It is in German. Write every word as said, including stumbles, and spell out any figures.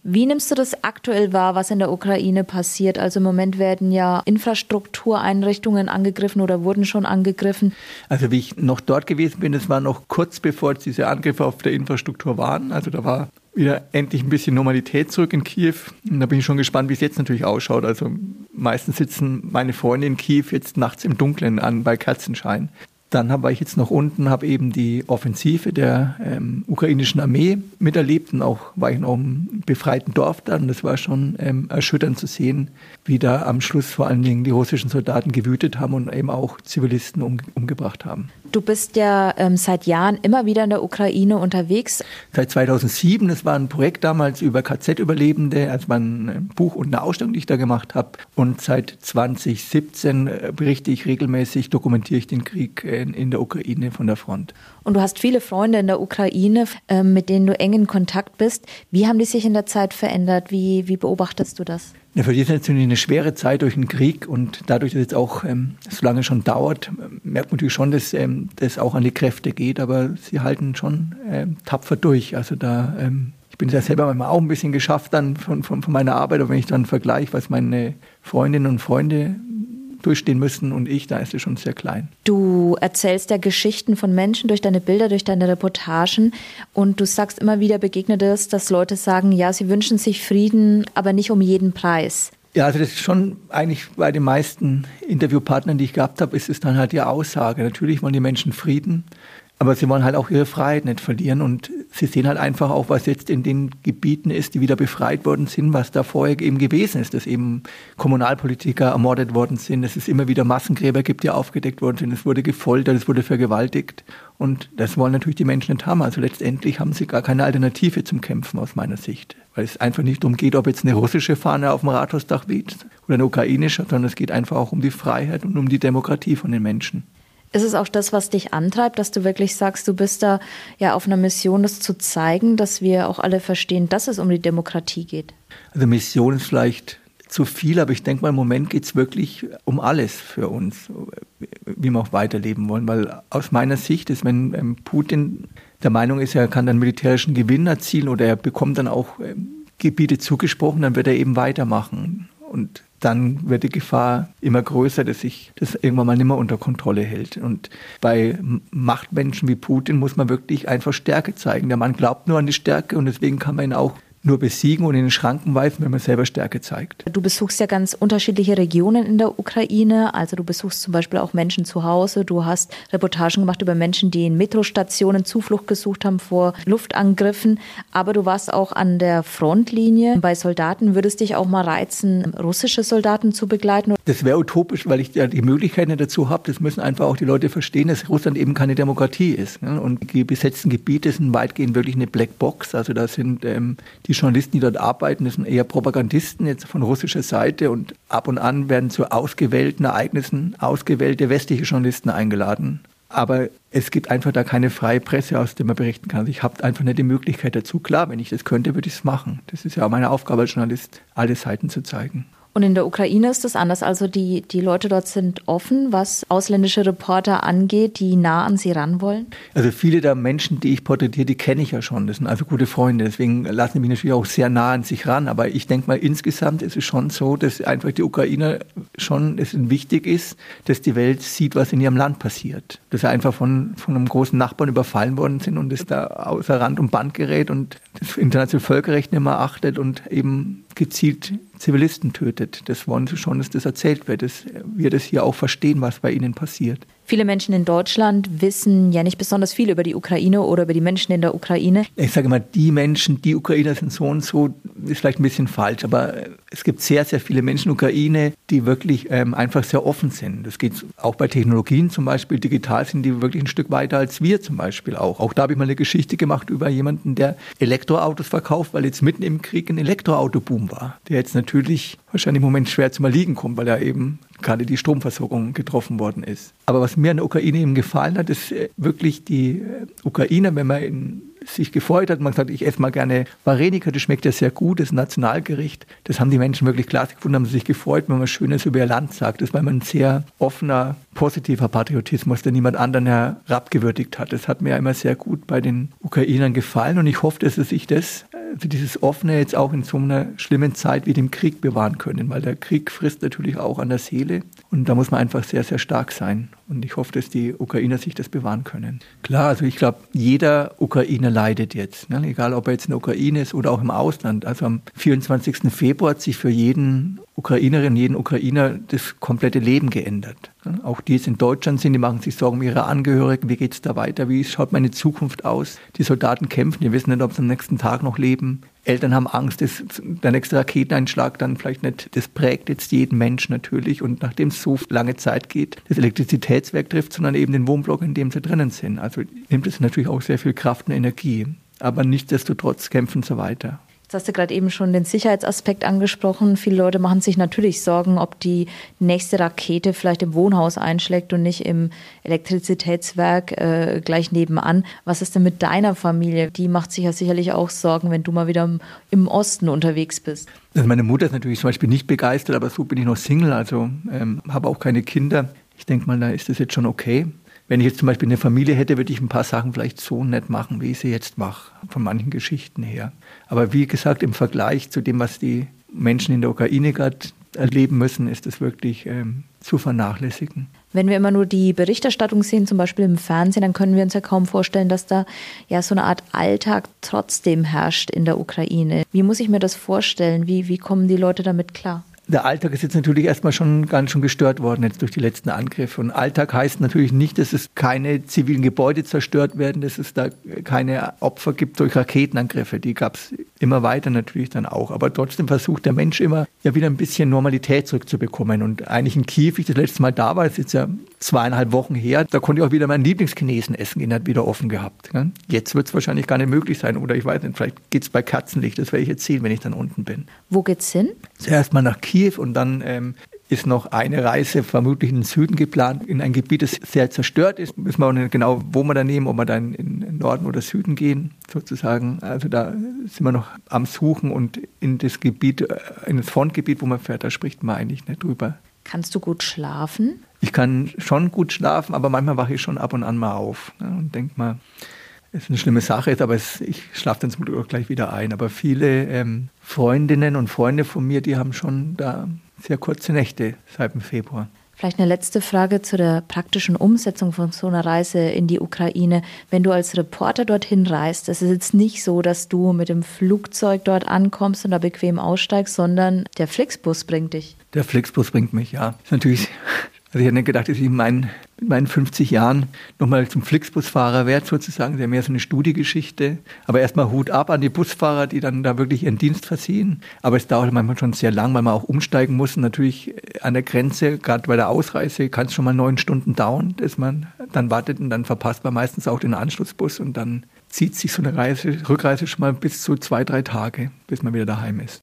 Wie nimmst du das aktuell wahr, was in der Ukraine passiert? Also im Moment werden ja Infrastruktureinrichtungen angegriffen oder wurden schon angegriffen. Also wie ich noch dort gewesen bin, das war noch kurz bevor diese Angriffe auf der Infrastruktur waren. Also da war wieder endlich ein bisschen Normalität zurück in Kiew. Und da bin ich schon gespannt, wie es jetzt natürlich ausschaut. Also meistens sitzen meine Freunde in Kiew jetzt nachts im Dunkeln an bei Kerzenschein. Dann war ich jetzt noch unten, habe eben die Offensive der ähm, ukrainischen Armee miterlebt und auch war ich noch im befreiten Dorf da. Und das war schon ähm, erschütternd zu sehen, wie da am Schluss vor allen Dingen die russischen Soldaten gewütet haben und eben auch Zivilisten um, umgebracht haben. Du bist ja ähm, seit Jahren immer wieder in der Ukraine unterwegs. Seit zweitausendsieben, das war ein Projekt damals über K Z-Überlebende, also war ein Buch und eine Ausstellung, die ich da gemacht habe. Und seit zweitausendsiebzehn berichte ich regelmäßig, dokumentiere ich den Krieg in, in der Ukraine von der Front. Und du hast viele Freunde in der Ukraine, äh, mit denen du eng in Kontakt bist. Wie haben die sich in der Zeit verändert? Wie, wie beobachtest du das? Ja, für die ist natürlich eine schwere Zeit durch den Krieg und dadurch, dass es jetzt auch ähm, so lange schon dauert, merkt man natürlich schon, dass ähm, das auch an die Kräfte geht, aber sie halten schon ähm, tapfer durch. Also da, ähm, ich bin ja selber manchmal auch ein bisschen geschafft dann von, von, von meiner Arbeit, aber wenn ich dann vergleiche, was meine Freundinnen und Freunde durchstehen müssen und ich, da ist es schon sehr klein. Du erzählst ja Geschichten von Menschen durch deine Bilder, durch deine Reportagen und du sagst immer wieder, begegnet es, dass Leute sagen, ja, sie wünschen sich Frieden, aber nicht um jeden Preis. Ja, also das ist schon eigentlich bei den meisten Interviewpartnern, die ich gehabt habe, ist es dann halt die Aussage. Natürlich wollen die Menschen Frieden, aber sie wollen halt auch ihre Freiheit nicht verlieren und sie sehen halt einfach auch, was jetzt in den Gebieten ist, die wieder befreit worden sind, was da vorher eben gewesen ist, dass eben Kommunalpolitiker ermordet worden sind, dass es immer wieder Massengräber gibt, die aufgedeckt worden sind, es wurde gefoltert, es wurde vergewaltigt und das wollen natürlich die Menschen nicht haben. Also letztendlich haben sie gar keine Alternative zum Kämpfen aus meiner Sicht, weil es einfach nicht darum geht, ob jetzt eine russische Fahne auf dem Rathausdach weht oder eine ukrainische, sondern es geht einfach auch um die Freiheit und um die Demokratie von den Menschen. Ist es auch das, was dich antreibt, dass du wirklich sagst, du bist da ja auf einer Mission, das zu zeigen, dass wir auch alle verstehen, dass es um die Demokratie geht? Also Mission ist vielleicht zu viel, aber ich denke mal, im Moment geht es wirklich um alles für uns, wie wir auch weiterleben wollen. Weil aus meiner Sicht ist, wenn Putin der Meinung ist, er kann dann militärischen Gewinn erzielen oder er bekommt dann auch Gebiete zugesprochen, dann wird er eben weitermachen. Und dann wird die Gefahr immer größer, dass sich das irgendwann mal nicht mehr unter Kontrolle hält. Und bei Machtmenschen wie Putin muss man wirklich einfach Stärke zeigen. Der Mann glaubt nur an die Stärke und deswegen kann man ihn auch nur besiegen und in den Schranken weisen, wenn man selber Stärke zeigt. Du besuchst ja ganz unterschiedliche Regionen in der Ukraine. Also du besuchst zum Beispiel auch Menschen zu Hause. Du hast Reportagen gemacht über Menschen, die in Metrostationen Zuflucht gesucht haben vor Luftangriffen. Aber du warst auch an der Frontlinie bei Soldaten. Würdest dich auch mal reizen, russische Soldaten zu begleiten? Das wäre utopisch, weil ich ja die Möglichkeit nicht dazu habe. Das müssen einfach auch die Leute verstehen, dass Russland eben keine Demokratie ist. Und die besetzten Gebiete sind weitgehend wirklich eine Blackbox. Also da sind ähm, die Die Journalisten, die dort arbeiten, das sind eher Propagandisten jetzt von russischer Seite und ab und an werden zu ausgewählten Ereignissen ausgewählte westliche Journalisten eingeladen. Aber es gibt einfach da keine freie Presse, aus der man berichten kann. Ich habe einfach nicht die Möglichkeit dazu. Klar, wenn ich das könnte, würde ich es machen. Das ist ja auch meine Aufgabe als Journalist, alle Seiten zu zeigen. Und in der Ukraine ist das anders. Also die, die Leute dort sind offen, was ausländische Reporter angeht, die nah an sie ran wollen? Also viele der Menschen, die ich porträtiere, die kenne ich ja schon. Das sind also gute Freunde. Deswegen lassen die mich natürlich auch sehr nah an sich ran. Aber ich denke mal, insgesamt ist es schon so, dass einfach die Ukrainer schon es wichtig ist, dass die Welt sieht, was in ihrem Land passiert. Dass sie einfach von, von einem großen Nachbarn überfallen worden sind und es da außer Rand und Band gerät und das internationale Völkerrecht nicht mehr achtet und eben gezielt Zivilisten tötet. Das wollen sie schon, dass das erzählt wird, dass wir das hier auch verstehen, was bei ihnen passiert. Viele Menschen in Deutschland wissen ja nicht besonders viel über die Ukraine oder über die Menschen in der Ukraine. Ich sage mal, die Menschen, die Ukrainer sind so und so, ist vielleicht ein bisschen falsch, aber es gibt sehr, sehr viele Menschen in der Ukraine, die wirklich ähm, einfach sehr offen sind. Das geht auch bei Technologien zum Beispiel, digital sind die wirklich ein Stück weiter als wir zum Beispiel auch. Auch da habe ich mal eine Geschichte gemacht über jemanden, der Elektroautos verkauft, weil jetzt mitten im Krieg ein Elektroautoboom war, der jetzt natürlich wahrscheinlich im Moment schwer zum Erliegen kommt, weil er eben gerade die Stromversorgung getroffen worden ist. Aber was mir an der Ukraine eben gefallen hat, ist wirklich die Ukrainer, wenn man in sich gefreut hat, man gesagt, ich esse mal gerne Varenika, das schmeckt ja sehr gut, das ist ein Nationalgericht. Das haben die Menschen wirklich klasse gefunden, haben sich gefreut, wenn man Schönes über ihr Land sagt. Das war immer ein sehr offener, positiver Patriotismus, der niemand anderen herabgewürdigt hat. Das hat mir immer sehr gut bei den Ukrainern gefallen und ich hoffe, dass sie sich das also dieses Offene jetzt auch in so einer schlimmen Zeit wie dem Krieg bewahren können, weil der Krieg frisst natürlich auch an der Seele und da muss man einfach sehr, sehr stark sein. Und ich hoffe, dass die Ukrainer sich das bewahren können. Klar, also ich glaube, jeder Ukrainer leidet jetzt, ne? Egal ob er jetzt in der Ukraine ist oder auch im Ausland. Also am vierundzwanzigsten Februar hat sich für jeden Ukrainerin, jeden Ukrainer das komplette Leben geändert. Auch die jetzt in Deutschland sind, die machen sich Sorgen um ihre Angehörigen, wie geht es da weiter, wie schaut meine Zukunft aus. Die Soldaten kämpfen, die wissen nicht, ob sie am nächsten Tag noch leben. Eltern haben Angst, dass der nächste Raketeneinschlag dann vielleicht nicht, das prägt jetzt jeden Menschen natürlich. Und nachdem es so lange Zeit geht, das Elektrizitätswerk trifft, sondern eben den Wohnblock, in dem sie drinnen sind. Also nimmt es natürlich auch sehr viel Kraft und Energie. Aber nichtsdestotrotz kämpfen sie weiter. Jetzt hast du gerade eben schon den Sicherheitsaspekt angesprochen. Viele Leute machen sich natürlich Sorgen, ob die nächste Rakete vielleicht im Wohnhaus einschlägt und nicht im Elektrizitätswerk äh, gleich nebenan. Was ist denn mit deiner Familie? Die macht sich ja sicherlich auch Sorgen, wenn du mal wieder im, im Osten unterwegs bist. Also meine Mutter ist natürlich zum Beispiel nicht begeistert, aber so bin ich noch Single, also ähm, habe auch keine Kinder. Ich denke mal, da ist das jetzt schon okay. Wenn ich jetzt zum Beispiel eine Familie hätte, würde ich ein paar Sachen vielleicht so nicht machen, wie ich sie jetzt mache, von manchen Geschichten her. Aber wie gesagt, im Vergleich zu dem, was die Menschen in der Ukraine gerade erleben müssen, ist das wirklich ähm, zu vernachlässigen. Wenn wir immer nur die Berichterstattung sehen, zum Beispiel im Fernsehen, dann können wir uns ja kaum vorstellen, dass da ja so eine Art Alltag trotzdem herrscht in der Ukraine. Wie muss ich mir das vorstellen? Wie, wie kommen die Leute damit klar? Der Alltag ist jetzt natürlich erstmal schon ganz schön gestört worden jetzt durch die letzten Angriffe. Und Alltag heißt natürlich nicht, dass es keine zivilen Gebäude zerstört werden, dass es da keine Opfer gibt durch Raketenangriffe. Die gab es immer weiter natürlich dann auch. Aber trotzdem versucht der Mensch immer ja wieder ein bisschen Normalität zurückzubekommen. Und eigentlich in Kiew, ich das letzte Mal da war, ist jetzt ja zweieinhalb Wochen her, da konnte ich auch wieder meinen Lieblingschinesen essen, den hat wieder offen gehabt. Jetzt wird es wahrscheinlich gar nicht möglich sein. Oder ich weiß nicht, vielleicht geht es bei Kerzenlicht, das werde ich jetzt sehen, wenn ich dann unten bin. Wo geht's hin? Zuerst mal nach Kiew und dann ähm, ist noch eine Reise vermutlich in den Süden geplant, in ein Gebiet, das sehr zerstört ist. Wissen wir auch nicht genau, wo wir da nehmen, ob wir dann in den Norden oder Süden gehen, sozusagen. Also da sind wir noch am Suchen und in das Gebiet, in das Frontgebiet, wo man fährt, da spricht man eigentlich nicht drüber. Kannst du gut schlafen? Ich kann schon gut schlafen, aber manchmal wache ich schon ab und an mal auf, ne, und denke mal, es ist eine schlimme Sache, aber es, ich schlafe dann zum Glück auch gleich wieder ein. Aber viele ähm, Freundinnen und Freunde von mir, die haben schon da sehr kurze Nächte seit dem Februar. Vielleicht eine letzte Frage zu der praktischen Umsetzung von so einer Reise in die Ukraine. Wenn du als Reporter dorthin reist, es ist jetzt nicht so, dass du mit dem Flugzeug dort ankommst und da bequem aussteigst, sondern der Flixbus bringt dich. Der Flixbus bringt mich, ja. Das ist natürlich, also ich hätte nicht gedacht, dass ich in meinen, mit meinen fünfzig Jahren nochmal zum Flixbusfahrer werde, sozusagen. Das ist ja mehr so eine Studiegeschichte. Aber erstmal Hut ab an die Busfahrer, die dann da wirklich ihren Dienst versehen. Aber es dauert manchmal schon sehr lang, weil man auch umsteigen muss. Und natürlich an der Grenze, gerade bei der Ausreise, kann es schon mal neun Stunden dauern, dass man dann wartet und dann verpasst man meistens auch den Anschlussbus und dann zieht sich so eine Reise, Rückreise schon mal bis zu zwei, drei Tage, bis man wieder daheim ist.